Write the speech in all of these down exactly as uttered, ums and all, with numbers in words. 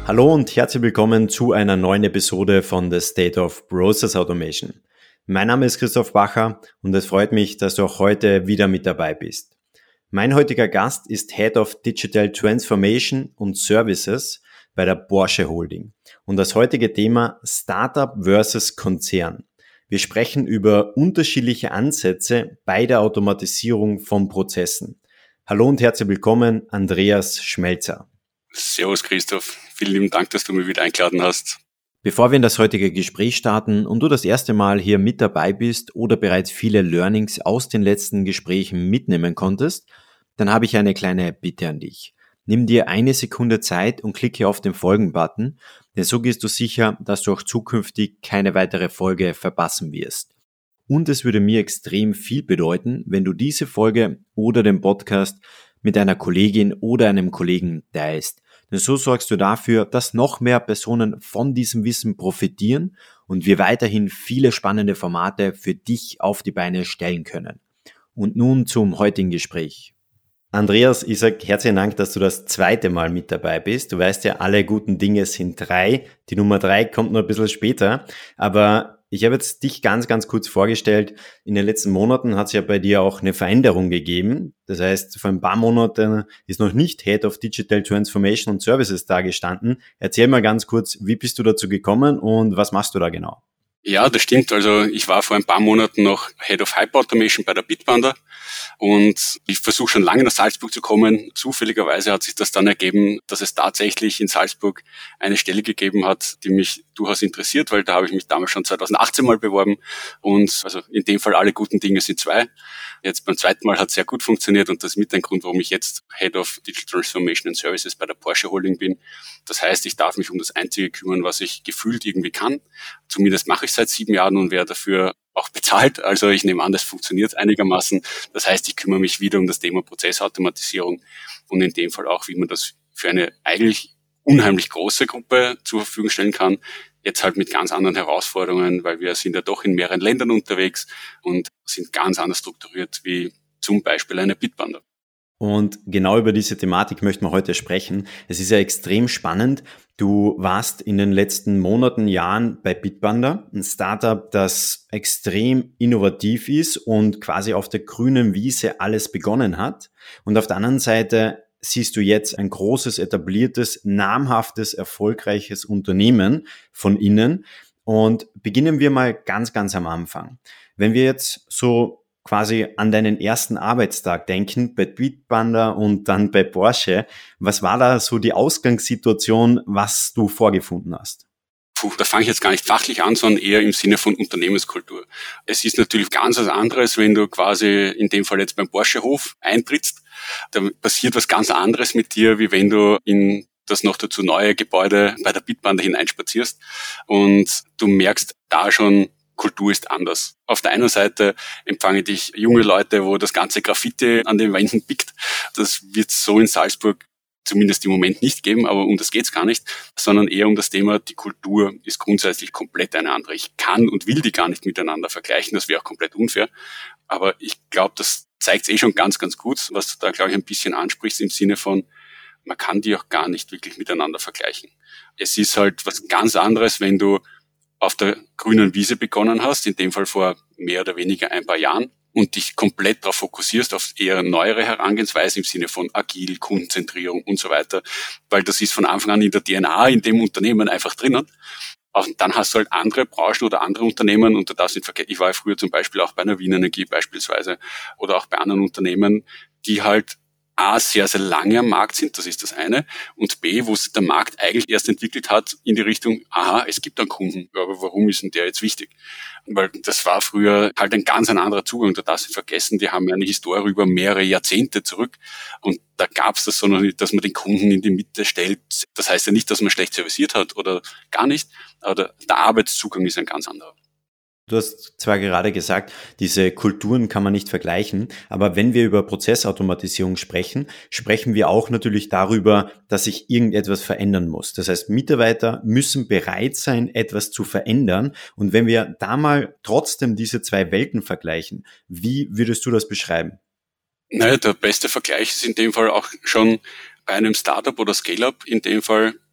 Hallo und herzlich willkommen zu einer neuen Episode von The State of Process Automation. Mein Name ist Christoph Bacher und es freut mich, dass du auch heute wieder mit dabei bist. Mein heutiger Gast ist Head of Digital Transformation und Services bei der Porsche Holding und das heutige Thema Startup versus Konzern. Wir sprechen über unterschiedliche Ansätze bei der Automatisierung von Prozessen. Hallo und herzlich willkommen, Andreas Schmelzer. Servus Christoph, vielen lieben Dank, dass du mich wieder eingeladen hast. Bevor wir in das heutige Gespräch starten und du das erste Mal hier mit dabei bist oder bereits viele Learnings aus den letzten Gesprächen mitnehmen konntest, dann habe ich eine kleine Bitte an dich. Nimm dir eine Sekunde Zeit und klicke auf den Folgen-Button, denn so gehst du sicher, dass du auch zukünftig keine weitere Folge verpassen wirst. Und es würde mir extrem viel bedeuten, wenn du diese Folge oder den Podcast mit einer Kollegin oder einem Kollegen teilst. Denn so sorgst du dafür, dass noch mehr Personen von diesem Wissen profitieren und wir weiterhin viele spannende Formate für dich auf die Beine stellen können. Und nun zum heutigen Gespräch. Andreas, ich sage herzlichen Dank, dass du das zweite Mal mit dabei bist. Du weißt ja, alle guten Dinge sind drei. Die Nummer drei kommt noch ein bisschen später. Aber ich habe jetzt dich ganz, ganz kurz vorgestellt. In den letzten Monaten hat es ja bei dir auch eine Veränderung gegeben. Das heißt, vor ein paar Monaten ist noch nicht Head of Digital Transformation und Services da gestanden. Erzähl mal ganz kurz, wie bist du dazu gekommen und was machst du da genau? Ja, das stimmt. Also ich war vor ein paar Monaten noch Head of Hyper Automation bei der Bitpanda und ich versuche schon lange nach Salzburg zu kommen. Zufälligerweise hat sich das dann ergeben, dass es tatsächlich in Salzburg eine Stelle gegeben hat, die mich durchaus interessiert, weil da habe ich mich damals schon zweitausendachtzehn mal beworben und also in dem Fall alle guten Dinge sind zwei. Jetzt beim zweiten Mal hat es sehr gut funktioniert und das ist mit ein Grund, warum ich jetzt Head of Digital Transformation and Services bei der Porsche Holding bin. Das heißt, ich darf mich um das Einzige kümmern, was ich gefühlt irgendwie kann. Zumindest mache ich seit sieben Jahren und werde dafür auch bezahlt. Also ich nehme an, das funktioniert einigermaßen. Das heißt, ich kümmere mich wieder um das Thema Prozessautomatisierung und in dem Fall auch, wie man das für eine eigentlich unheimlich große Gruppe zur Verfügung stellen kann. Jetzt halt mit ganz anderen Herausforderungen, weil wir sind ja doch in mehreren Ländern unterwegs und sind ganz anders strukturiert wie zum Beispiel eine Bitpanda. Und genau über diese Thematik möchten wir heute sprechen. Es ist ja extrem spannend. Du warst in den letzten Monaten, Jahren bei Bitpanda, ein Startup, das extrem innovativ ist und quasi auf der grünen Wiese alles begonnen hat. Und auf der anderen Seite siehst du jetzt ein großes, etabliertes, namhaftes, erfolgreiches Unternehmen von innen. Und beginnen wir mal ganz, ganz am Anfang. Wenn wir jetzt so quasi an deinen ersten Arbeitstag denken, bei Bitpanda und dann bei Porsche, was war da so die Ausgangssituation, was du vorgefunden hast? Puh, da fange ich jetzt gar nicht fachlich an, sondern eher im Sinne von Unternehmenskultur. Es ist natürlich ganz was anderes, wenn du quasi in dem Fall jetzt beim Porsche-Hof eintrittst. Da passiert was ganz anderes mit dir, wie wenn du in das noch dazu neue Gebäude bei der Bitpanda hineinspazierst und du merkst da schon, Kultur ist anders. Auf der einen Seite empfange dich junge Leute, wo das ganze Graffiti an den Wänden pickt. Das wird so in Salzburg zumindest im Moment nicht geben, aber um das geht's gar nicht, sondern eher um das Thema, die Kultur ist grundsätzlich komplett eine andere. Ich kann und will die gar nicht miteinander vergleichen, das wäre auch komplett unfair. Aber ich glaube, das zeigt eh schon ganz, ganz gut, was du da, glaube ich, ein bisschen ansprichst im Sinne von, man kann die auch gar nicht wirklich miteinander vergleichen. Es ist halt was ganz anderes, wenn du auf der grünen Wiese begonnen hast, in dem Fall vor mehr oder weniger ein paar Jahren, und dich komplett darauf fokussierst, auf eher neuere Herangehensweise im Sinne von agil, Kundenzentrierung und so weiter, weil das ist von Anfang an in der D N A in dem Unternehmen einfach drinnen. Und dann hast du halt andere Branchen oder andere Unternehmen, und da darfst du nicht vergessen, ich war ja früher zum Beispiel auch bei einer Wien Energie beispielsweise oder auch bei anderen Unternehmen, die halt A, sehr, sehr lange am Markt sind, das ist das eine, und B, wo sich der Markt eigentlich erst entwickelt hat in die Richtung, aha, es gibt einen Kunden, aber warum ist denn der jetzt wichtig? Weil das war früher halt ein ganz ein anderer Zugang, da darfst du vergessen, die haben ja eine Historie über mehrere Jahrzehnte zurück und da gab es das so noch nicht, dass man den Kunden in die Mitte stellt. Das heißt ja nicht, dass man schlecht serviciert hat oder gar nicht, aber der, der Arbeitszugang ist ein ganz anderer. Du hast zwar gerade gesagt, diese Kulturen kann man nicht vergleichen, aber wenn wir über Prozessautomatisierung sprechen, sprechen wir auch natürlich darüber, dass sich irgendetwas verändern muss. Das heißt, Mitarbeiter müssen bereit sein, etwas zu verändern. Und wenn wir da mal trotzdem diese zwei Welten vergleichen, wie würdest du das beschreiben? Naja, der beste Vergleich ist in dem Fall auch schon bei einem Startup oder Scale-Up, in dem Fall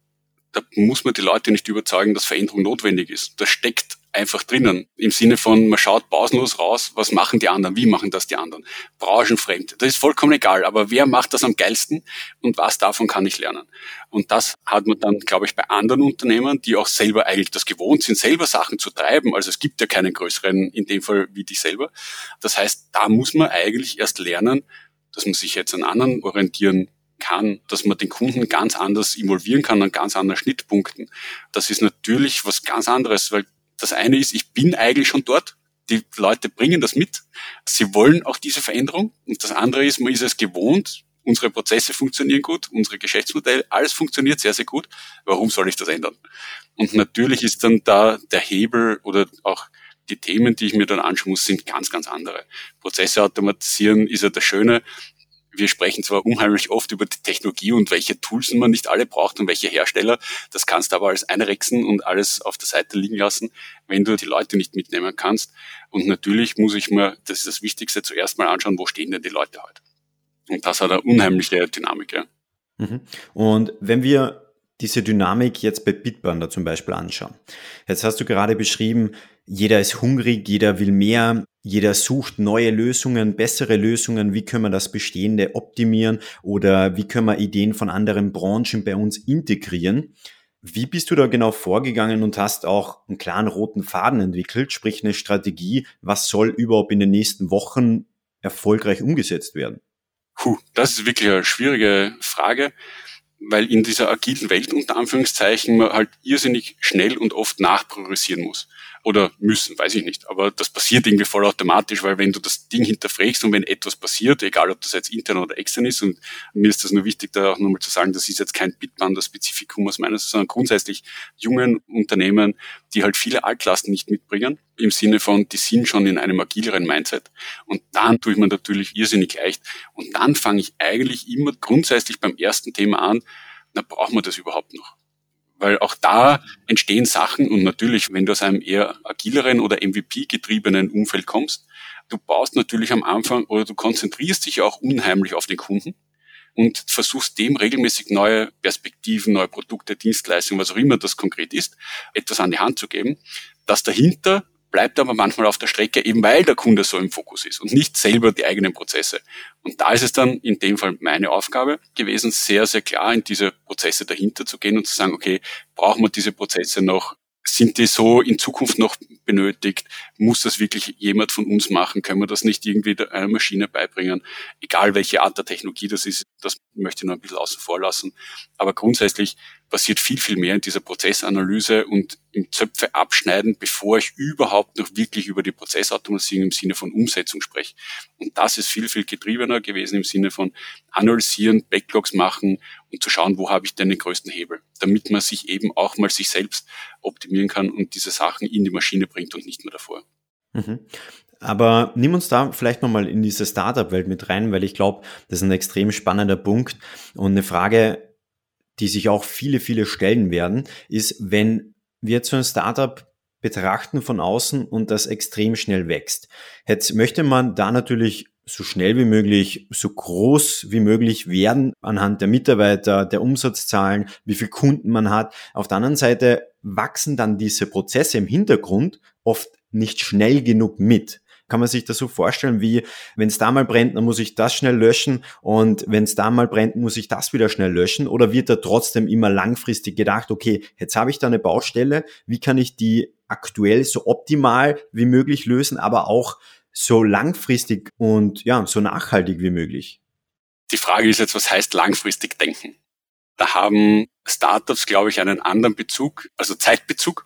Da muss man die Leute nicht überzeugen, dass Veränderung notwendig ist. Das steckt einfach drinnen. Im Sinne von, man schaut pausenlos raus, was machen die anderen, wie machen das die anderen. Branchenfremd. Das ist vollkommen egal, aber wer macht das am geilsten und was davon kann ich lernen? Und das hat man dann, glaube ich, bei anderen Unternehmen, die auch selber eigentlich das gewohnt sind, selber Sachen zu treiben. Also es gibt ja keinen größeren, in dem Fall wie dich selber. Das heißt, da muss man eigentlich erst lernen, dass man sich jetzt an anderen orientieren kann, dass man den Kunden ganz anders involvieren kann an ganz anderen Schnittpunkten. Das ist natürlich was ganz anderes, weil das eine ist, ich bin eigentlich schon dort, die Leute bringen das mit, sie wollen auch diese Veränderung und das andere ist, man ist es gewohnt, unsere Prozesse funktionieren gut, unsere Geschäftsmodelle, alles funktioniert sehr, sehr gut, warum soll ich das ändern? Und natürlich ist dann da der Hebel oder auch die Themen, die ich mir dann anschauen muss, sind ganz, ganz andere. Prozesse automatisieren ist ja das Schöne. Wir sprechen zwar unheimlich oft über die Technologie und welche Tools man nicht alle braucht und welche Hersteller. Das kannst du aber alles einrechsen und alles auf der Seite liegen lassen, wenn du die Leute nicht mitnehmen kannst. Und natürlich muss ich mir, das ist das Wichtigste, zuerst mal anschauen, wo stehen denn die Leute heute. Und das hat eine unheimliche Dynamik. Ja. Mhm. Und wenn wir diese Dynamik jetzt bei Bitburner zum Beispiel anschauen. Jetzt hast du gerade beschrieben, jeder ist hungrig, jeder will mehr, jeder sucht neue Lösungen, bessere Lösungen, wie können wir das Bestehende optimieren oder wie können wir Ideen von anderen Branchen bei uns integrieren. Wie bist du da genau vorgegangen und hast auch einen klaren roten Faden entwickelt, sprich eine Strategie, was soll überhaupt in den nächsten Wochen erfolgreich umgesetzt werden? Puh, das ist wirklich eine schwierige Frage, weil in dieser agilen Welt unter Anführungszeichen man halt irrsinnig schnell und oft nachpriorisieren muss. Oder müssen, weiß ich nicht. Aber das passiert irgendwie voll automatisch, weil wenn du das Ding hinterfragst und wenn etwas passiert, egal ob das jetzt intern oder extern ist, und mir ist das nur wichtig, da auch nochmal zu sagen, das ist jetzt kein Bitburner-Spezifikum aus meiner Sicht, sondern grundsätzlich jungen Unternehmen, die halt viele Altlasten nicht mitbringen, im Sinne von, die sind schon in einem agileren Mindset. Und dann tue ich mir natürlich irrsinnig leicht. Und dann fange ich eigentlich immer grundsätzlich beim ersten Thema an, na, brauchen wir das überhaupt noch? Weil auch da entstehen Sachen und natürlich, wenn du aus einem eher agileren oder M V P-getriebenen Umfeld kommst, du baust natürlich am Anfang oder du konzentrierst dich auch unheimlich auf den Kunden und versuchst dem regelmäßig neue Perspektiven, neue Produkte, Dienstleistungen, was auch immer das konkret ist, etwas an die Hand zu geben. Das dahinter bleibt aber manchmal auf der Strecke, eben weil der Kunde so im Fokus ist und nicht selber die eigenen Prozesse. Und da ist es dann in dem Fall meine Aufgabe gewesen, sehr, sehr klar in diese Prozesse dahinter zu gehen und zu sagen, okay, brauchen wir diese Prozesse noch? Sind die so in Zukunft noch benötigt? Muss das wirklich jemand von uns machen? Können wir das nicht irgendwie einer Maschine beibringen? Egal welche Art der Technologie das ist, das möchte ich noch ein bisschen außen vor lassen. Aber grundsätzlich passiert viel, viel mehr in dieser Prozessanalyse und im Zöpfe abschneiden, bevor ich überhaupt noch wirklich über die Prozessautomatisierung im Sinne von Umsetzung spreche. Und das ist viel, viel getriebener gewesen im Sinne von analysieren, Backlogs machen und zu schauen, wo habe ich denn den größten Hebel, damit man sich eben auch mal sich selbst optimieren kann und diese Sachen in die Maschine bringt und nicht mehr davor. Mhm. Aber nimm uns da vielleicht nochmal in diese Startup-Welt mit rein, weil ich glaube, das ist ein extrem spannender Punkt und eine Frage, die sich auch viele, viele stellen werden, ist, wenn wir jetzt so ein Startup betrachten von außen und das extrem schnell wächst. Jetzt möchte man da natürlich so schnell wie möglich, so groß wie möglich werden anhand der Mitarbeiter, der Umsatzzahlen, wie viele Kunden man hat. Auf der anderen Seite wachsen dann diese Prozesse im Hintergrund oft nicht schnell genug mit. Kann man sich das so vorstellen, wie wenn es da mal brennt, dann muss ich das schnell löschen und wenn es da mal brennt, muss ich das wieder schnell löschen, oder wird da trotzdem immer langfristig gedacht, okay, jetzt habe ich da eine Baustelle, wie kann ich die aktuell so optimal wie möglich lösen, aber auch so langfristig und ja, so nachhaltig wie möglich? Die Frage ist jetzt, was heißt langfristig denken? Da haben Startups, glaube ich, einen anderen Bezug, also Zeitbezug,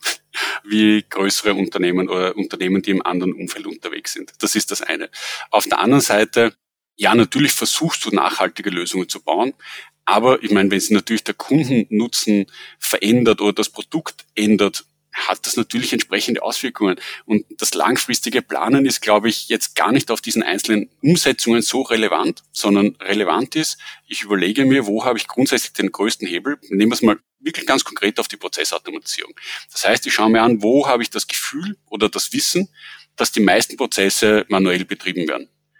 wie größere Unternehmen oder Unternehmen, die im anderen Umfeld unterwegs sind. Das ist das eine. Auf der anderen Seite, ja, natürlich versuchst du nachhaltige Lösungen zu bauen, aber ich meine, wenn sich natürlich der Kundennutzen verändert oder das Produkt ändert, hat das natürlich entsprechende Auswirkungen. Und das langfristige Planen ist, glaube ich, jetzt gar nicht auf diesen einzelnen Umsetzungen so relevant, sondern relevant ist, ich überlege mir, wo habe ich grundsätzlich den größten Hebel. Nehmen wir es mal wirklich ganz konkret auf die Prozessautomatisierung. Das heißt, ich schaue mir an, wo habe ich das Gefühl oder das Wissen, dass die meisten Prozesse manuell betrieben werden.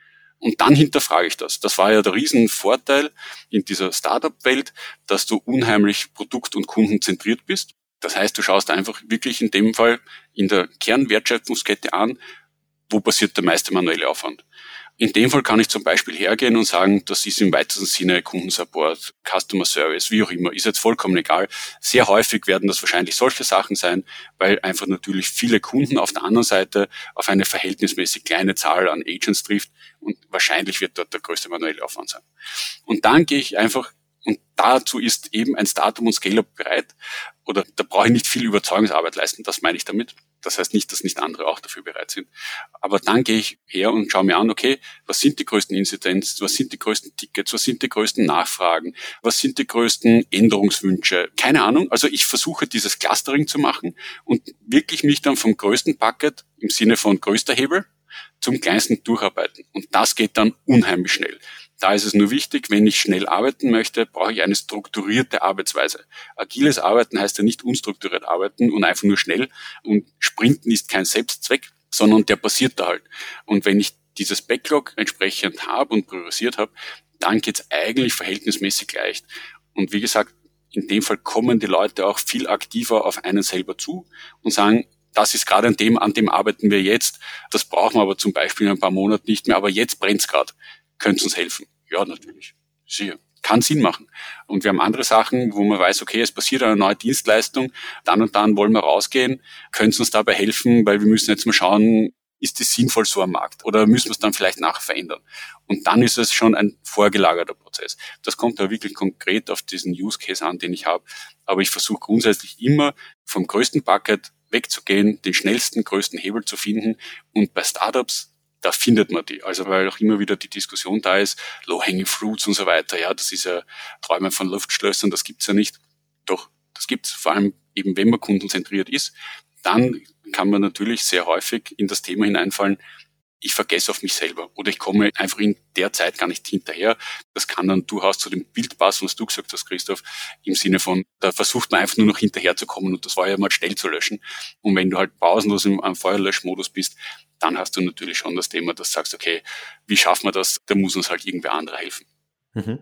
Und dann hinterfrage ich das. Das war ja der Riesenvorteil in dieser Startup-Welt, dass du unheimlich produkt- und kundenzentriert bist. Das heißt, du schaust einfach wirklich in dem Fall in der Kernwertschöpfungskette an, wo passiert der meiste manuelle Aufwand. In dem Fall kann ich zum Beispiel hergehen und sagen, das ist im weitesten Sinne Kundensupport, Customer Service, wie auch immer, ist jetzt vollkommen egal. Sehr häufig werden das wahrscheinlich solche Sachen sein, weil einfach natürlich viele Kunden auf der anderen Seite auf eine verhältnismäßig kleine Zahl an Agents trifft und wahrscheinlich wird dort der größte manuelle Aufwand sein. Und dann gehe ich einfach, und dazu ist eben ein Startup und Scale-Up bereit, oder da brauche ich nicht viel Überzeugungsarbeit leisten, das meine ich damit. Das heißt nicht, dass nicht andere auch dafür bereit sind. Aber dann gehe ich her und schaue mir an, okay, was sind die größten Inzidenz, was sind die größten Tickets, was sind die größten Nachfragen, was sind die größten Änderungswünsche, keine Ahnung. Also ich versuche dieses Clustering zu machen und wirklich mich dann vom größten Bucket im Sinne von größter Hebel zum kleinsten durcharbeiten. Und das geht dann unheimlich schnell. Da ist es nur wichtig, wenn ich schnell arbeiten möchte, brauche ich eine strukturierte Arbeitsweise. Agiles Arbeiten heißt ja nicht unstrukturiert arbeiten und einfach nur schnell. Und Sprinten ist kein Selbstzweck, sondern der passiert da halt. Und wenn ich dieses Backlog entsprechend habe und priorisiert habe, dann geht's eigentlich verhältnismäßig leicht. Und wie gesagt, in dem Fall kommen die Leute auch viel aktiver auf einen selber zu und sagen, das ist gerade an dem, an dem arbeiten wir jetzt. Das brauchen wir aber zum Beispiel in ein paar Monaten nicht mehr, aber jetzt brennt's gerade. Könnt ihr uns helfen? Ja, natürlich. Sicher. Kann Sinn machen. Und wir haben andere Sachen, wo man weiß, okay, es passiert eine neue Dienstleistung, dann und dann wollen wir rausgehen, können Sie uns dabei helfen, weil wir müssen jetzt mal schauen, ist das sinnvoll so am Markt oder müssen wir es dann vielleicht nachher verändern? Und dann ist es schon ein vorgelagerter Prozess. Das kommt da wirklich konkret auf diesen Use Case an, den ich habe. Aber ich versuche grundsätzlich immer vom größten Bucket wegzugehen, den schnellsten, größten Hebel zu finden. Und bei Startups, da findet man die. Also weil auch immer wieder die Diskussion da ist, Low-Hanging Fruits und so weiter. Ja, das ist ja Träumen von Luftschlössern, das gibt's ja nicht. Doch, das gibt's. Vor allem eben, wenn man kundenzentriert ist, dann kann man natürlich sehr häufig in das Thema hineinfallen, ich vergesse auf mich selber oder ich komme einfach in der Zeit gar nicht hinterher. Das kann dann durchaus zu dem Bild passen, was du gesagt hast, Christoph, im Sinne von, da versucht man einfach nur noch hinterherzukommen und das war ja mal schnell zu löschen. Und wenn du halt pausenlos im am Feuerlöschmodus bist, dann hast du natürlich schon das Thema, dass du sagst, okay, wie schaffen wir das? Da muss uns halt irgendwer anderer helfen. Mhm.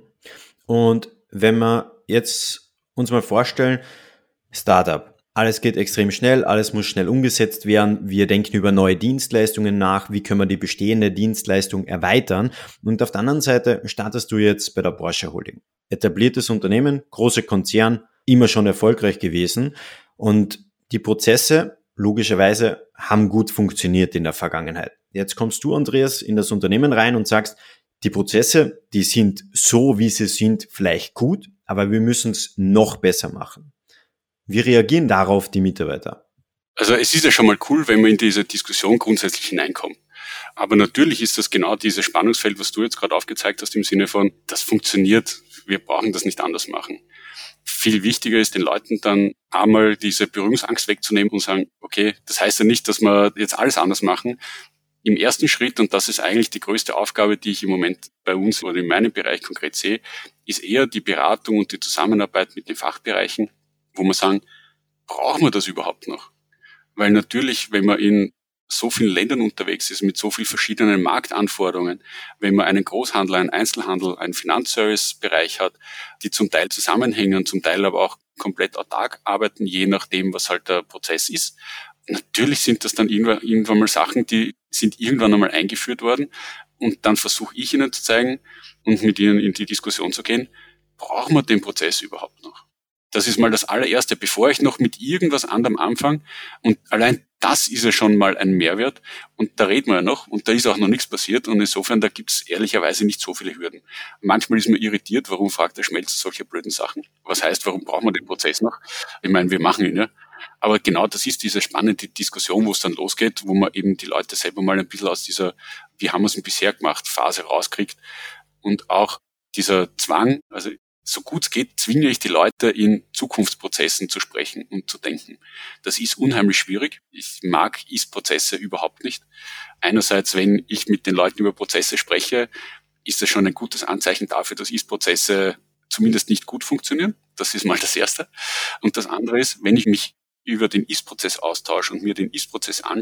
Und wenn wir jetzt uns mal vorstellen, Startup, alles geht extrem schnell, alles muss schnell umgesetzt werden, wir denken über neue Dienstleistungen nach, wie können wir die bestehende Dienstleistung erweitern und auf der anderen Seite startest du jetzt bei der Porsche Holding. Etabliertes Unternehmen, großer Konzern, immer schon erfolgreich gewesen und die Prozesse logischerweise haben gut funktioniert in der Vergangenheit. Jetzt kommst du, Andreas, in das Unternehmen rein und sagst, die Prozesse, die sind so, wie sie sind, vielleicht gut, aber wir müssen es noch besser machen. Wie reagieren darauf die Mitarbeiter? Also es ist ja schon mal cool, wenn man in diese Diskussion grundsätzlich hineinkommt. Aber natürlich ist das genau dieses Spannungsfeld, was du jetzt gerade aufgezeigt hast, im Sinne von, das funktioniert, wir brauchen das nicht anders machen. Viel wichtiger ist, den Leuten dann einmal diese Berührungsangst wegzunehmen und sagen, okay, das heißt ja nicht, dass wir jetzt alles anders machen. Im ersten Schritt, und das ist eigentlich die größte Aufgabe, die ich im Moment bei uns oder in meinem Bereich konkret sehe, ist eher die Beratung und die Zusammenarbeit mit den Fachbereichen, wo man sagen, brauchen wir das überhaupt noch? Weil natürlich, wenn man in so vielen Ländern unterwegs ist, mit so vielen verschiedenen Marktanforderungen, wenn man einen Großhandel, einen Einzelhandel, einen Finanzservice-Bereich hat, die zum Teil zusammenhängen, zum Teil aber auch komplett autark arbeiten, je nachdem, was halt der Prozess ist. Natürlich sind das dann irgendwann, irgendwann mal Sachen, die sind irgendwann einmal eingeführt worden und dann versuche ich ihnen zu zeigen und mit ihnen in die Diskussion zu gehen, brauchen wir den Prozess überhaupt noch? Das ist mal das allererste, bevor ich noch mit irgendwas anderem anfange. Und allein das ist ja schon mal ein Mehrwert. Und da reden wir ja noch. Und da ist auch noch nichts passiert. Und insofern, da gibt es ehrlicherweise nicht so viele Hürden. Manchmal ist man irritiert, warum fragt der Schmelz solche blöden Sachen? Was heißt, warum brauchen wir den Prozess noch? Ich meine, wir machen ihn ja. Aber genau das ist diese spannende Diskussion, wo es dann losgeht, wo man eben die Leute selber mal ein bisschen aus dieser, wie haben wir es denn bisher gemacht, Phase rauskriegt. Und auch dieser Zwang, also so gut es geht, zwinge ich die Leute, in Zukunftsprozessen zu sprechen und zu denken. Das ist unheimlich schwierig. Ich mag Ist-Prozesse überhaupt nicht. Einerseits, wenn ich mit den Leuten über Prozesse spreche, ist das schon ein gutes Anzeichen dafür, dass Ist-Prozesse zumindest nicht gut funktionieren. Das ist mal das Erste. Und das andere ist, wenn ich mich über den Ist-Prozess austausche und mir den Ist-Prozess anschaue,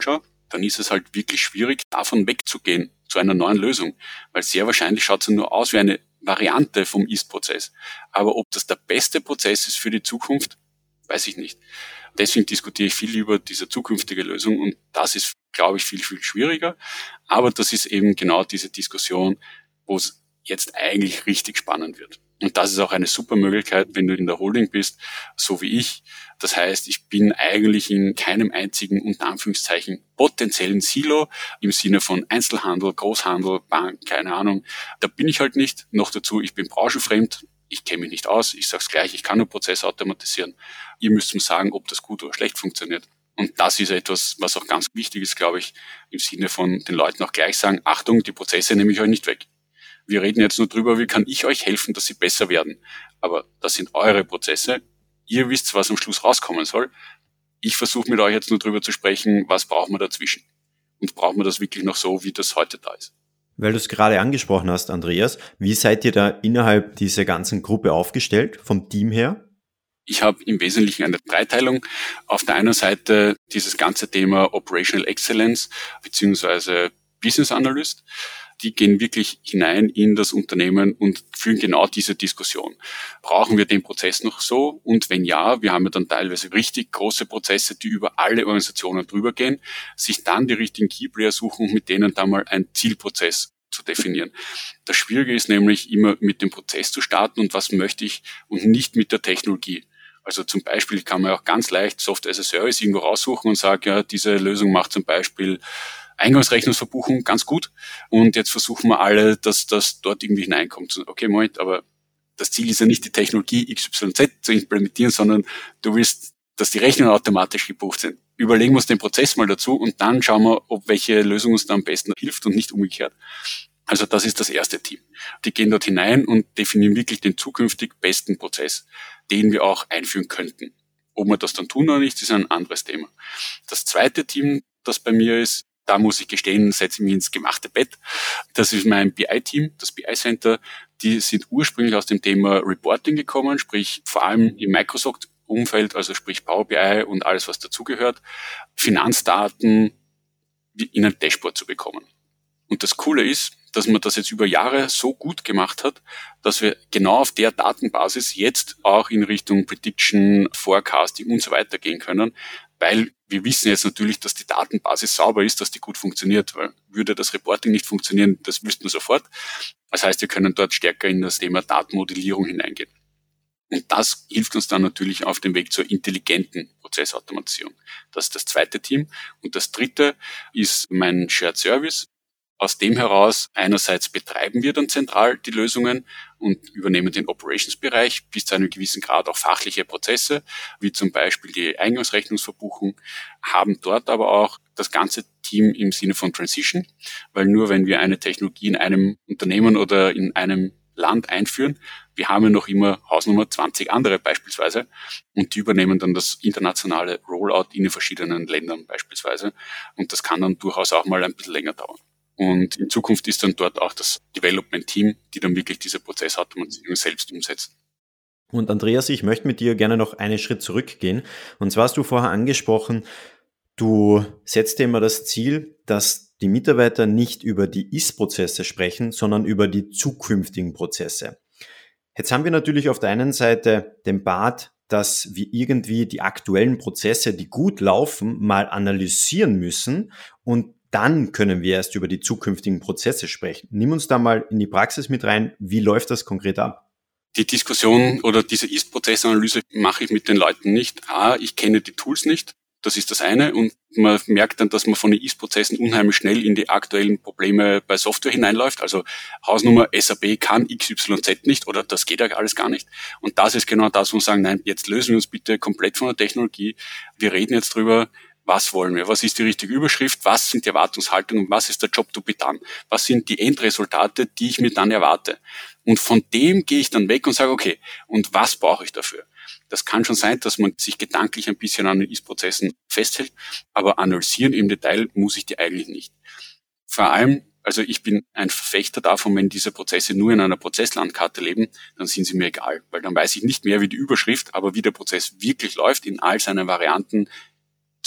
dann ist es halt wirklich schwierig, davon wegzugehen zu einer neuen Lösung. Weil sehr wahrscheinlich schaut es nur aus wie eine Variante vom Ist-Prozess. Aber ob das der beste Prozess ist für die Zukunft, weiß ich nicht. Deswegen diskutiere ich viel über diese zukünftige Lösung und das ist, glaube ich, viel, viel schwieriger. Aber das ist eben genau diese Diskussion, wo es jetzt eigentlich richtig spannend wird. Und das ist auch eine super Möglichkeit, wenn du in der Holding bist, so wie ich. Das heißt, ich bin eigentlich in keinem einzigen, unter Anführungszeichen, potenziellen Silo im Sinne von Einzelhandel, Großhandel, Bank, keine Ahnung. Da bin ich halt nicht. Noch dazu, ich bin branchenfremd. Ich kenne mich nicht aus. Ich sage es gleich, ich kann nur Prozesse automatisieren. Ihr müsst mir sagen, ob das gut oder schlecht funktioniert. Und das ist etwas, was auch ganz wichtig ist, glaube ich, im Sinne von den Leuten auch gleich sagen, Achtung, die Prozesse nehme ich euch nicht weg. Wir reden jetzt nur drüber, wie kann ich euch helfen, dass sie besser werden. Aber das sind eure Prozesse. Ihr wisst, was am Schluss rauskommen soll. Ich versuche mit euch jetzt nur drüber zu sprechen, was brauchen wir dazwischen. Und brauchen wir das wirklich noch so, wie das heute da ist. Weil du es gerade angesprochen hast, Andreas, wie seid ihr da innerhalb dieser ganzen Gruppe aufgestellt, vom Team her? Ich habe im Wesentlichen eine Dreiteilung. Auf der einen Seite dieses ganze Thema Operational Excellence beziehungsweise Business Analyst. Die gehen wirklich hinein in das Unternehmen und führen genau diese Diskussion. Brauchen wir den Prozess noch so? Und wenn ja, wir haben ja dann teilweise richtig große Prozesse, die über alle Organisationen drüber gehen, sich dann die richtigen Keyplayer suchen und mit denen dann mal einen Zielprozess zu definieren. Das Schwierige ist nämlich immer mit dem Prozess zu starten und was möchte ich und nicht mit der Technologie. Also zum Beispiel kann man auch ganz leicht Software as a Service irgendwo raussuchen und sagen, ja, diese Lösung macht zum Beispiel Eingangsrechnungsverbuchung ganz gut und jetzt versuchen wir alle, dass das dort irgendwie hineinkommt. Okay, Moment, aber das Ziel ist ja nicht, die Technologie X Y Z zu implementieren, sondern du willst, dass die Rechnungen automatisch gebucht sind. Überlegen wir uns den Prozess mal dazu und dann schauen wir, ob welche Lösung uns da am besten hilft und nicht umgekehrt. Also das ist das erste Team. Die gehen dort hinein und definieren wirklich den zukünftig besten Prozess, den wir auch einführen könnten. Ob wir das dann tun oder nicht, ist ein anderes Thema. Das zweite Team, das bei mir ist, da muss ich gestehen, setze ich mich ins gemachte Bett. Das ist mein B I-Team, das B I-Center. Die sind ursprünglich aus dem Thema Reporting gekommen, sprich vor allem im Microsoft-Umfeld, also sprich Power B I und alles, was dazugehört, Finanzdaten in ein Dashboard zu bekommen. Und das Coole ist, dass man das jetzt über Jahre so gut gemacht hat, dass wir genau auf der Datenbasis jetzt auch in Richtung Prediction, Forecasting und so weiter gehen können, weil wir wissen jetzt natürlich, dass die Datenbasis sauber ist, dass die gut funktioniert, weil würde das Reporting nicht funktionieren, das wüssten wir sofort. Das heißt, wir können dort stärker in das Thema Datenmodellierung hineingehen. Und das hilft uns dann natürlich auf dem Weg zur intelligenten Prozessautomatisierung. Das ist das zweite Team. Und das dritte ist mein Shared Service. Aus dem heraus, einerseits betreiben wir dann zentral die Lösungen und übernehmen den Operations-Bereich bis zu einem gewissen Grad auch fachliche Prozesse, wie zum Beispiel die Eingangsrechnungsverbuchung, haben dort aber auch das ganze Team im Sinne von Transition, weil nur wenn wir eine Technologie in einem Unternehmen oder in einem Land einführen, wir haben ja noch immer Hausnummer zwanzig andere beispielsweise und die übernehmen dann das internationale Rollout in den verschiedenen Ländern beispielsweise und das kann dann durchaus auch mal ein bisschen länger dauern. Und in Zukunft ist dann dort auch das Development-Team, die dann wirklich diese Prozessautomatisierung selbst umsetzen. Und Andreas, ich möchte mit dir gerne noch einen Schritt zurückgehen. Und zwar hast du vorher angesprochen, du setzt dir immer das Ziel, dass die Mitarbeiter nicht über die Ist-Prozesse sprechen, sondern über die zukünftigen Prozesse. Jetzt haben wir natürlich auf der einen Seite den Part, dass wir irgendwie die aktuellen Prozesse, die gut laufen, mal analysieren müssen und dann können wir erst über die zukünftigen Prozesse sprechen. Nimm uns da mal in die Praxis mit rein. Wie läuft das konkret ab? Die Diskussion oder diese Ist-Prozessanalyse mache ich mit den Leuten nicht. A, ich kenne die Tools nicht. Das ist das eine. Und man merkt dann, dass man von den Ist-Prozessen unheimlich schnell in die aktuellen Probleme bei Software hineinläuft. Also Hausnummer S A P kann X Y Z nicht oder das geht ja alles gar nicht. Und das ist genau das, wo wir sagen, nein, jetzt lösen wir uns bitte komplett von der Technologie. Wir reden jetzt drüber, was wollen wir? Was ist die richtige Überschrift? Was sind die Erwartungshaltungen? Was ist der Job to be done? Was sind die Endresultate, die ich mir dann erwarte? Und von dem gehe ich dann weg und sage, okay, und was brauche ich dafür? Das kann schon sein, dass man sich gedanklich ein bisschen an den Ist-Prozessen festhält, aber analysieren im Detail muss ich die eigentlich nicht. Vor allem, also ich bin ein Verfechter davon, wenn diese Prozesse nur in einer Prozesslandkarte leben, dann sind sie mir egal, weil dann weiß ich nicht mehr wie die Überschrift, aber wie der Prozess wirklich läuft in all seinen Varianten,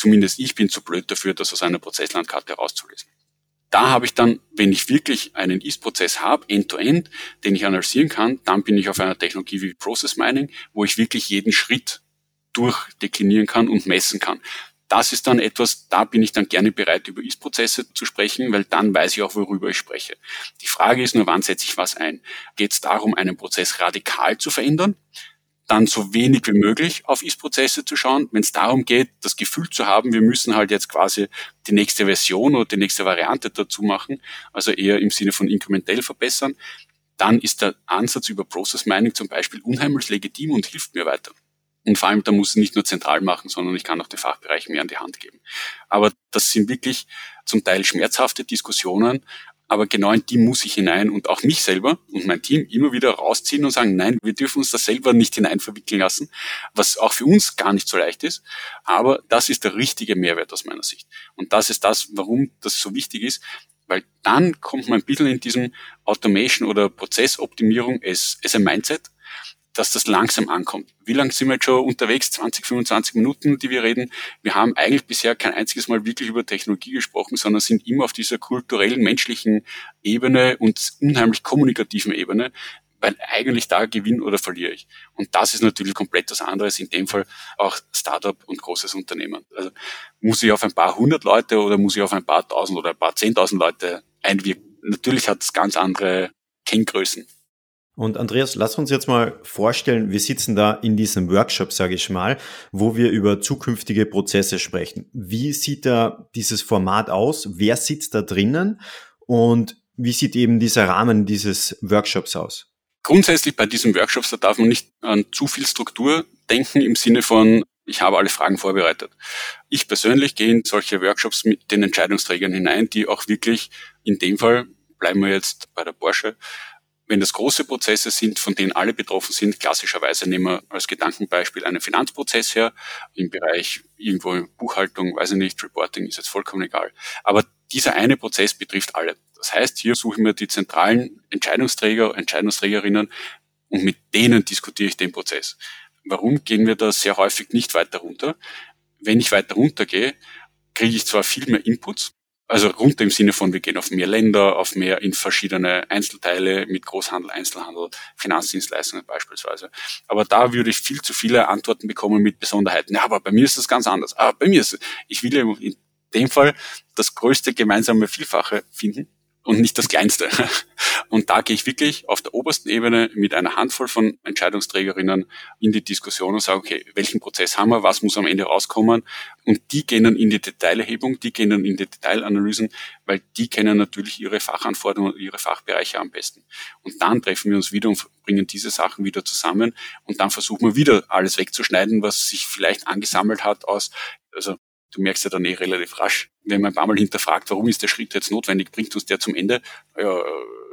zumindest ich bin zu blöd dafür, das aus einer Prozesslandkarte herauszulesen. Da habe ich dann, wenn ich wirklich einen Ist-Prozess habe, End-to-End, den ich analysieren kann, dann bin ich auf einer Technologie wie Process Mining, wo ich wirklich jeden Schritt durchdeklinieren kann und messen kann. Das ist dann etwas, da bin ich dann gerne bereit, über Ist-Prozesse zu sprechen, weil dann weiß ich auch, worüber ich spreche. Die Frage ist nur, wann setze ich was ein? Geht es darum, einen Prozess radikal zu verändern? Dann so wenig wie möglich auf Ist-Prozesse zu schauen. Wenn es darum geht, das Gefühl zu haben, wir müssen halt jetzt quasi die nächste Version oder die nächste Variante dazu machen, also eher im Sinne von inkrementell verbessern, dann ist der Ansatz über Process Mining zum Beispiel unheimlich legitim und hilft mir weiter. Und vor allem, da muss ich nicht nur zentral machen, sondern ich kann auch den Fachbereich mehr an die Hand geben. Aber das sind wirklich zum Teil schmerzhafte Diskussionen, aber genau in die muss ich hinein und auch mich selber und mein Team immer wieder rausziehen und sagen, nein, wir dürfen uns das selber nicht hinein verwickeln lassen, was auch für uns gar nicht so leicht ist. Aber das ist der richtige Mehrwert aus meiner Sicht. Und das ist das, warum das so wichtig ist, weil dann kommt man ein bisschen in diesem Automation oder Prozessoptimierung as, as a Mindset, dass das langsam ankommt. Wie lange sind wir jetzt schon unterwegs? zwanzig, fünfundzwanzig Minuten, die wir reden. Wir haben eigentlich bisher kein einziges Mal wirklich über Technologie gesprochen, sondern sind immer auf dieser kulturellen, menschlichen Ebene und unheimlich kommunikativen Ebene, weil eigentlich da gewinne oder verliere ich. Und das ist natürlich komplett was anderes, in dem Fall auch Startup und großes Unternehmen. Also muss ich auf ein paar hundert Leute oder muss ich auf ein paar tausend oder ein paar zehntausend Leute einwirken? Natürlich hat es ganz andere Kenngrößen. Und Andreas, lass uns jetzt mal vorstellen, wir sitzen da in diesem Workshop, sage ich mal, wo wir über zukünftige Prozesse sprechen. Wie sieht da dieses Format aus? Wer sitzt da drinnen? Und wie sieht eben dieser Rahmen dieses Workshops aus? Grundsätzlich bei diesen Workshops, da darf man nicht an zu viel Struktur denken im Sinne von, ich habe alle Fragen vorbereitet. Ich persönlich gehe in solche Workshops mit den Entscheidungsträgern hinein, die auch wirklich, in dem Fall bleiben wir jetzt bei der Porsche, wenn das große Prozesse sind, von denen alle betroffen sind, klassischerweise nehmen wir als Gedankenbeispiel einen Finanzprozess her, im Bereich irgendwo Buchhaltung, weiß ich nicht, Reporting ist jetzt vollkommen egal. Aber dieser eine Prozess betrifft alle. Das heißt, hier suchen wir die zentralen Entscheidungsträger, Entscheidungsträgerinnen und mit denen diskutiere ich den Prozess. Warum gehen wir da sehr häufig nicht weiter runter? Wenn ich weiter runtergehe, kriege ich zwar viel mehr Inputs, also runter im Sinne von, wir gehen auf mehr Länder, auf mehr in verschiedene Einzelteile mit Großhandel, Einzelhandel, Finanzdienstleistungen beispielsweise. Aber da würde ich viel zu viele Antworten bekommen mit Besonderheiten. Ja, aber bei mir ist das ganz anders. Aber bei mir ist es, ich will ja in dem Fall das größte gemeinsame Vielfache finden und nicht das kleinste. Und da gehe ich wirklich auf der obersten Ebene mit einer Handvoll von Entscheidungsträgerinnen in die Diskussion und sage, okay, welchen Prozess haben wir, was muss am Ende rauskommen? Und die gehen dann in die Detailerhebung, die gehen dann in die Detailanalysen, weil die kennen natürlich ihre Fachanforderungen, ihre Fachbereiche am besten. Und dann treffen wir uns wieder und bringen diese Sachen wieder zusammen und dann versuchen wir wieder alles wegzuschneiden, was sich vielleicht angesammelt hat aus, also du merkst ja dann eh relativ rasch, wenn man ein paar Mal hinterfragt, warum ist der Schritt jetzt notwendig, bringt uns der zum Ende? Ja,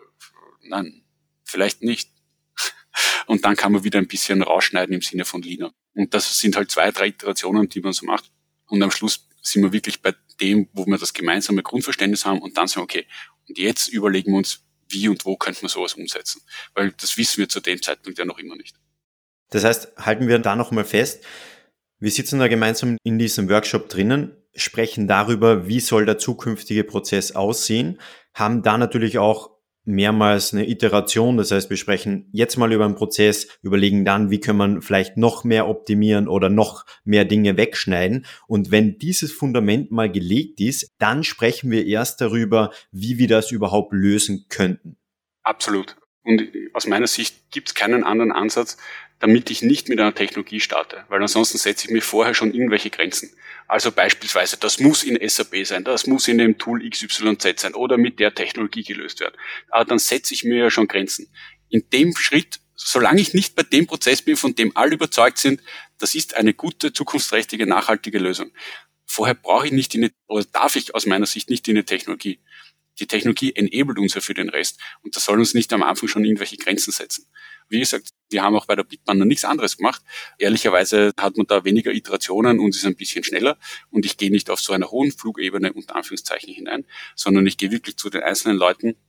nein, vielleicht nicht. Und dann kann man wieder ein bisschen rausschneiden im Sinne von Leaner. Und das sind halt zwei, drei Iterationen, die man so macht. Und am Schluss sind wir wirklich bei dem, wo wir das gemeinsame Grundverständnis haben und dann sagen, okay, und jetzt überlegen wir uns, wie und wo könnte man sowas umsetzen. Weil das wissen wir zu dem Zeitpunkt ja noch immer nicht. Das heißt, halten wir da nochmal fest, wir sitzen da gemeinsam in diesem Workshop drinnen, sprechen darüber, wie soll der zukünftige Prozess aussehen, haben da natürlich auch mehrmals eine Iteration, das heißt, wir sprechen jetzt mal über einen Prozess, überlegen dann, wie können wir vielleicht noch mehr optimieren oder noch mehr Dinge wegschneiden. Und wenn dieses Fundament mal gelegt ist, dann sprechen wir erst darüber, wie wir das überhaupt lösen könnten. Absolut. Und aus meiner Sicht gibt es keinen anderen Ansatz, damit ich nicht mit einer Technologie starte, weil ansonsten setze ich mir vorher schon irgendwelche Grenzen. Also beispielsweise, das muss in S A P sein, das muss in dem Tool X Y Z sein oder mit der Technologie gelöst werden. Aber dann setze ich mir ja schon Grenzen. In dem Schritt, solange ich nicht bei dem Prozess bin, von dem alle überzeugt sind, das ist eine gute, zukunftsträchtige, nachhaltige Lösung. Vorher brauche ich nicht in eine, oder darf ich aus meiner Sicht nicht in eine Technologie. Die Technologie enabled uns ja für den Rest. Und das soll uns nicht am Anfang schon irgendwelche Grenzen setzen. Wie gesagt, wir haben auch bei der Bitbahn noch nichts anderes gemacht. Ehrlicherweise hat man da weniger Iterationen und ist ein bisschen schneller. Und ich gehe nicht auf so einer hohen Flugebene unter Anführungszeichen hinein, sondern ich gehe wirklich zu den einzelnen Leuten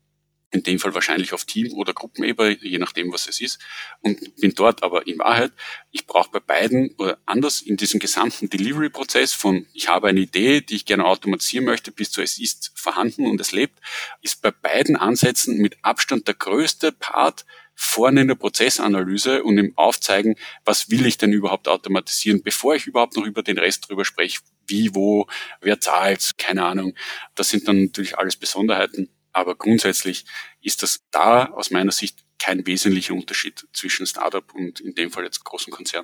in dem Fall wahrscheinlich auf Team- oder Gruppenebene, je nachdem, was es ist, und bin dort. Aber in Wahrheit, ich brauche bei beiden oder anders in diesem gesamten Delivery-Prozess von ich habe eine Idee, die ich gerne automatisieren möchte, bis zu es ist vorhanden und es lebt, ist bei beiden Ansätzen mit Abstand der größte Part vorne in der Prozessanalyse und im Aufzeigen, was will ich denn überhaupt automatisieren, bevor ich überhaupt noch über den Rest drüber spreche, wie, wo, wer zahlt, keine Ahnung. Das sind dann natürlich alles Besonderheiten. Aber grundsätzlich ist das da aus meiner Sicht kein wesentlicher Unterschied zwischen Startup und in dem Fall jetzt großen Konzern.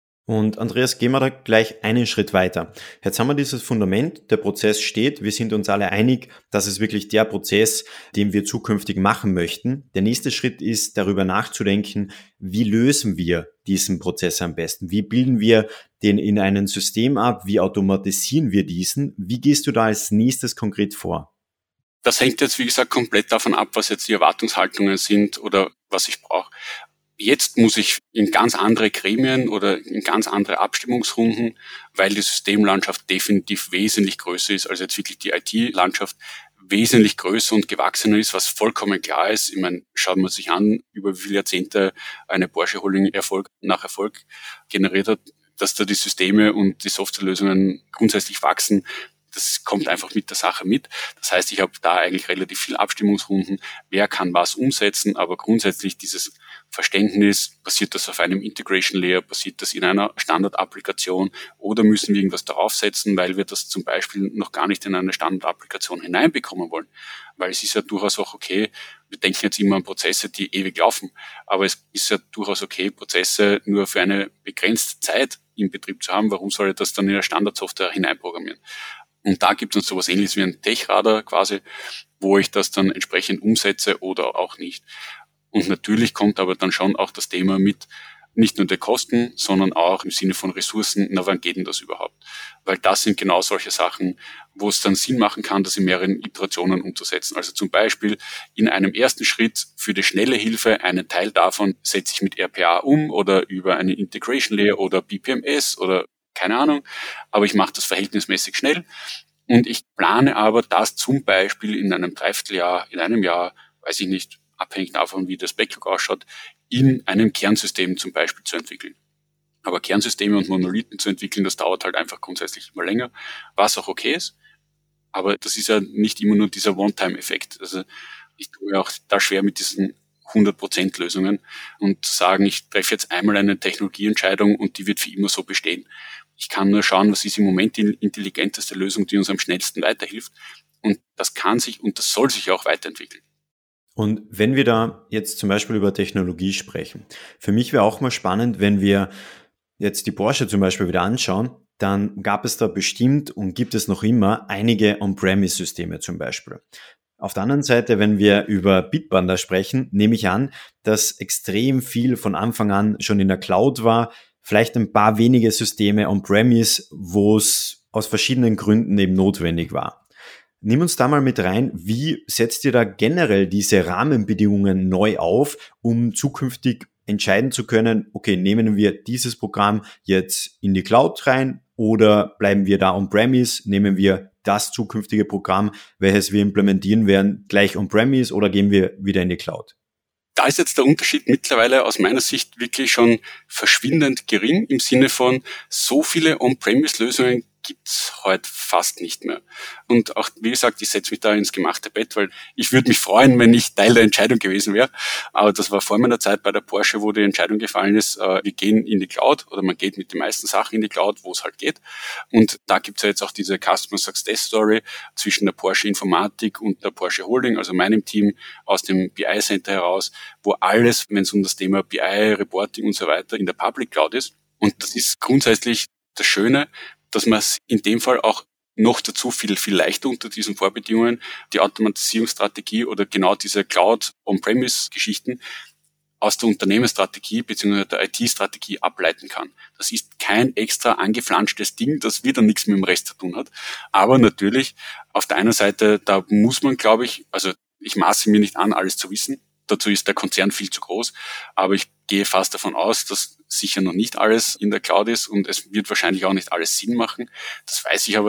Und Andreas, gehen wir da gleich einen Schritt weiter. Jetzt haben wir dieses Fundament, der Prozess steht, wir sind uns alle einig, das ist wirklich der Prozess, den wir zukünftig machen möchten. Der nächste Schritt ist, darüber nachzudenken, wie lösen wir diesen Prozess am besten? Wie bilden wir den in einem System ab? Wie automatisieren wir diesen? Wie gehst du da als nächstes konkret vor? Das hängt jetzt, wie gesagt, komplett davon ab, was jetzt die Erwartungshaltungen sind oder was ich brauche. Jetzt muss ich in ganz andere Gremien oder in ganz andere Abstimmungsrunden, weil die Systemlandschaft definitiv wesentlich größer ist als jetzt wirklich die I T-Landschaft, wesentlich größer und gewachsener ist, was vollkommen klar ist. Ich meine, schaut man sich an, über wie viele Jahrzehnte eine Porsche Holding Erfolg nach Erfolg generiert hat, dass da die Systeme und die Softwarelösungen grundsätzlich wachsen. Das kommt einfach mit der Sache mit. Das heißt, ich habe da eigentlich relativ viel Abstimmungsrunden. Wer kann was umsetzen? Aber grundsätzlich dieses Verständnis, passiert das auf einem Integration Layer, passiert das in einer Standard-Applikation oder müssen wir irgendwas draufsetzen, weil wir das zum Beispiel noch gar nicht in eine Standard-Applikation hineinbekommen wollen. Weil es ist ja durchaus auch okay, wir denken jetzt immer an Prozesse, die ewig laufen, aber es ist ja durchaus okay, Prozesse nur für eine begrenzte Zeit in Betrieb zu haben. Warum soll ich das dann in eine Standardsoftware hineinprogrammieren? Und da gibt es dann sowas Ähnliches wie ein Tech-Radar quasi, wo ich das dann entsprechend umsetze oder auch nicht. Und natürlich kommt aber dann schon auch das Thema mit, nicht nur der Kosten, sondern auch im Sinne von Ressourcen, na, wann geht denn das überhaupt? Weil das sind genau solche Sachen, wo es dann Sinn machen kann, das in mehreren Iterationen umzusetzen. Also zum Beispiel in einem ersten Schritt für die schnelle Hilfe, einen Teil davon setze ich mit R P A um oder über eine Integration Layer oder B P M S oder keine Ahnung, aber ich mache das verhältnismäßig schnell und ich plane aber das zum Beispiel in einem Dreivierteljahr, in einem Jahr, weiß ich nicht, abhängig davon, wie das Backlog ausschaut, in einem Kernsystem zum Beispiel zu entwickeln. Aber Kernsysteme und Monolithen zu entwickeln, das dauert halt einfach grundsätzlich immer länger, was auch okay ist, aber das ist ja nicht immer nur dieser One-Time-Effekt. Also ich tue mir auch da schwer mit diesen hundert Prozent Lösungen und zu sagen, ich treffe jetzt einmal eine Technologieentscheidung und die wird für immer so bestehen. Ich kann nur schauen, was ist im Moment die intelligenteste Lösung, die uns am schnellsten weiterhilft. Und das kann sich und das soll sich auch weiterentwickeln. Und wenn wir da jetzt zum Beispiel über Technologie sprechen, für mich wäre auch mal spannend, wenn wir jetzt die Porsche zum Beispiel wieder anschauen, dann gab es da bestimmt und gibt es noch immer einige On-Premise-Systeme zum Beispiel. Auf der anderen Seite, wenn wir über Bitpanda sprechen, nehme ich an, dass extrem viel von Anfang an schon in der Cloud war, vielleicht ein paar wenige Systeme On-Premise, wo es aus verschiedenen Gründen eben notwendig war. Nimm uns da mal mit rein, wie setzt ihr da generell diese Rahmenbedingungen neu auf, um zukünftig entscheiden zu können, okay, nehmen wir dieses Programm jetzt in die Cloud rein oder bleiben wir da on-premise, nehmen wir das zukünftige Programm, welches wir implementieren werden, gleich on-premise oder gehen wir wieder in die Cloud? Da ist jetzt der Unterschied mittlerweile aus meiner Sicht wirklich schon verschwindend gering im Sinne von so viele On-Premise-Lösungen gibt's heute fast nicht mehr. Und auch, wie gesagt, ich setze mich da ins gemachte Bett, weil ich würde mich freuen, wenn ich Teil der Entscheidung gewesen wäre. Aber das war vor meiner Zeit bei der Porsche, wo die Entscheidung gefallen ist, äh, wir gehen in die Cloud oder man geht mit den meisten Sachen in die Cloud, wo es halt geht. Und da gibt's ja jetzt auch diese Customer Success Story zwischen der Porsche Informatik und der Porsche Holding, also meinem Team aus dem B I Center heraus, wo alles, wenn es um das Thema B I, Reporting und so weiter in der Public Cloud ist. Und das ist grundsätzlich das Schöne, dass man es in dem Fall auch noch dazu viel, viel leichter unter diesen Vorbedingungen die Automatisierungsstrategie oder genau diese Cloud-On-Premise-Geschichten aus der Unternehmensstrategie bzw. der I T-Strategie ableiten kann. Das ist kein extra angeflanschtes Ding, das wieder nichts mit dem Rest zu tun hat. Aber natürlich, auf der einen Seite, da muss man, glaube ich, also ich maße mir nicht an, alles zu wissen. Dazu ist der Konzern viel zu groß. Aber ich gehe fast davon aus, dass sicher noch nicht alles in der Cloud ist und es wird wahrscheinlich auch nicht alles Sinn machen. Das weiß ich aber nicht.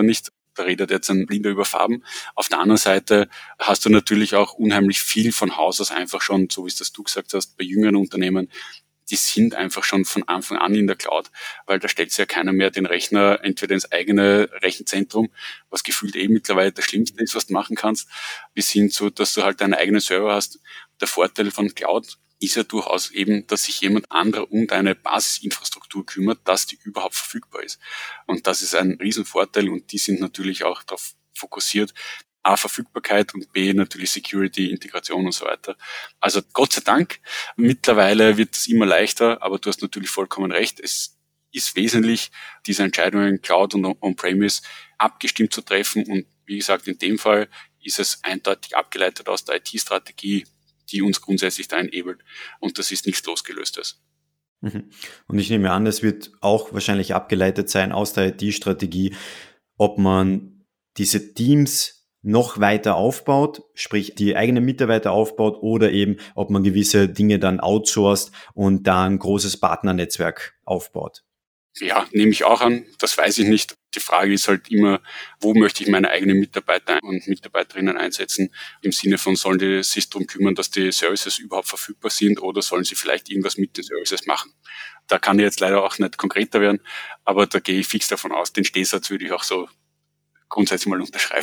Da redet jetzt ein Blinder über Farben. Auf der anderen Seite hast du natürlich auch unheimlich viel von Haus aus einfach schon, so wie es das du gesagt hast, bei jüngeren Unternehmen, die sind einfach schon von Anfang an in der Cloud, weil da stellt sich ja keiner mehr den Rechner entweder ins eigene Rechenzentrum, was gefühlt eh mittlerweile das Schlimmste ist, was du machen kannst, bis hin zu, dass du halt deinen eigenen Server hast. Der Vorteil von Cloud ist ja durchaus eben, dass sich jemand anderer um deine Basisinfrastruktur kümmert, dass die überhaupt verfügbar ist. Und das ist ein Riesenvorteil und die sind natürlich auch darauf fokussiert, A, Verfügbarkeit und B, natürlich Security, Integration und so weiter. Also Gott sei Dank, mittlerweile wird es immer leichter, aber du hast natürlich vollkommen recht, es ist wesentlich, diese Entscheidungen Cloud und On-Premise abgestimmt zu treffen und wie gesagt, in dem Fall ist es eindeutig abgeleitet aus der I T-Strategie, die uns grundsätzlich da enabelt und das ist nichts Losgelöstes. Und ich nehme an, es wird auch wahrscheinlich abgeleitet sein aus der I T-Strategie, ob man diese Teams noch weiter aufbaut, sprich die eigenen Mitarbeiter aufbaut oder eben, ob man gewisse Dinge dann outsourced und da ein großes Partnernetzwerk aufbaut. Ja, nehme ich auch an. Das weiß ich nicht. Die Frage ist halt immer, wo möchte ich meine eigenen Mitarbeiter und Mitarbeiterinnen einsetzen? Im Sinne von, sollen die sich darum kümmern, dass die Services überhaupt verfügbar sind oder sollen sie vielleicht irgendwas mit den Services machen? Da kann ich jetzt leider auch nicht konkreter werden, aber da gehe ich fix davon aus. Den Stehsatz würde ich auch so grundsätzlich mal unterschreiben.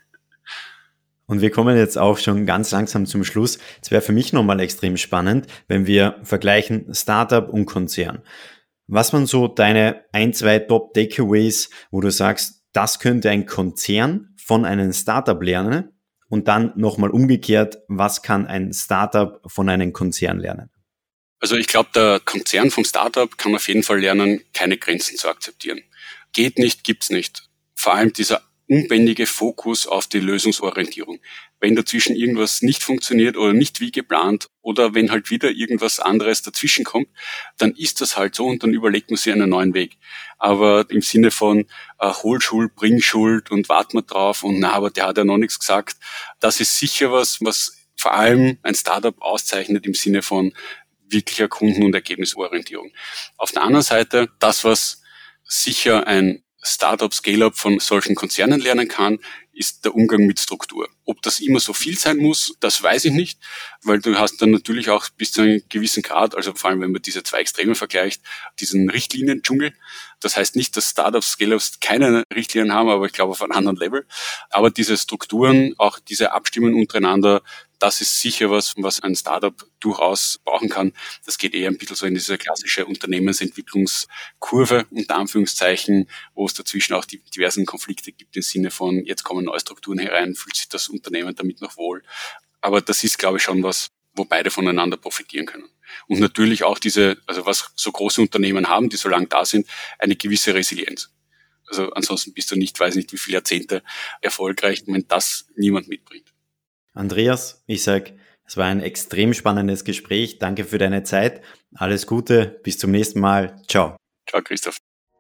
Und wir kommen jetzt auch schon ganz langsam zum Schluss. Es wäre für mich nochmal extrem spannend, wenn wir vergleichen Startup und Konzern. Was waren so deine ein, zwei Top-Takeaways, wo du sagst, das könnte ein Konzern von einem Startup lernen? Und dann nochmal umgekehrt, was kann ein Startup von einem Konzern lernen? Also ich glaube, der Konzern vom Startup kann auf jeden Fall lernen, keine Grenzen zu akzeptieren. Geht nicht, gibt's nicht. Vor allem dieser unbändige Fokus auf die Lösungsorientierung. Wenn dazwischen irgendwas nicht funktioniert oder nicht wie geplant oder wenn halt wieder irgendwas anderes dazwischen kommt, dann ist das halt so und dann überlegt man sich einen neuen Weg. Aber im Sinne von äh, hol Schuld, bring Schuld und wart mal drauf und na, aber der hat ja noch nichts gesagt, das ist sicher was, was vor allem ein Startup auszeichnet im Sinne von wirklicher Kunden- und Ergebnisorientierung. Auf der anderen Seite, das, was sicher ein Startup, Scale-Up von solchen Konzernen lernen kann, ist der Umgang mit Struktur. Ob das immer so viel sein muss, das weiß ich nicht, weil du hast dann natürlich auch bis zu einem gewissen Grad, also vor allem wenn man diese zwei Extreme vergleicht, diesen Richtliniendschungel. Das heißt nicht, dass Startups, Scale-Ups keine Richtlinien haben, aber ich glaube auf einem anderen Level. Aber diese Strukturen, auch diese Abstimmung untereinander, das ist sicher was, was ein Startup durchaus brauchen kann. Das geht eher ein bisschen so in diese klassische Unternehmensentwicklungskurve, unter Anführungszeichen, wo es dazwischen auch die diversen Konflikte gibt im Sinne von, jetzt kommen neue Strukturen herein, fühlt sich das Unternehmen damit noch wohl. Aber das ist, glaube ich, schon was, wo beide voneinander profitieren können. Und natürlich auch diese, also was so große Unternehmen haben, die so lange da sind, eine gewisse Resilienz. Also ansonsten bist du nicht, weiß nicht, wie viele Jahrzehnte erfolgreich, wenn das niemand mitbringt. Andreas, ich sag, es war ein extrem spannendes Gespräch. Danke für deine Zeit. Alles Gute. Bis zum nächsten Mal. Ciao. Ciao, Christoph.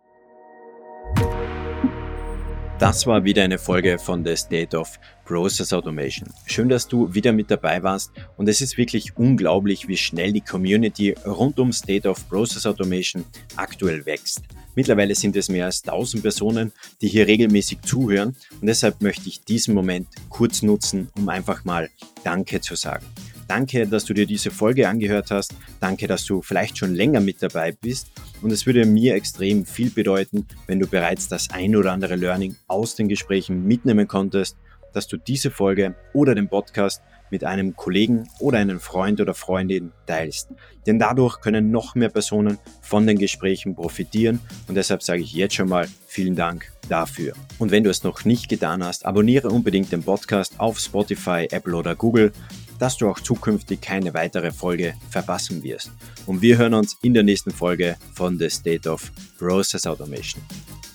Das war wieder eine Folge von The State of Process Automation. Schön, dass du wieder mit dabei warst und es ist wirklich unglaublich, wie schnell die Community rund um State of Process Automation aktuell wächst. Mittlerweile sind es mehr als tausend Personen, die hier regelmäßig zuhören und deshalb möchte ich diesen Moment kurz nutzen, um einfach mal Danke zu sagen. Danke, dass du dir diese Folge angehört hast. Danke, dass du vielleicht schon länger mit dabei bist. Und es würde mir extrem viel bedeuten, wenn du bereits das ein oder andere Learning aus den Gesprächen mitnehmen konntest, dass du diese Folge oder den Podcast mit einem Kollegen oder einem Freund oder Freundin teilst. Denn dadurch können noch mehr Personen von den Gesprächen profitieren und deshalb sage ich jetzt schon mal vielen Dank dafür. Und wenn du es noch nicht getan hast, abonniere unbedingt den Podcast auf Spotify, Apple oder Google, dass du auch zukünftig keine weitere Folge verpassen wirst. Und wir hören uns in der nächsten Folge von The State of Process Automation.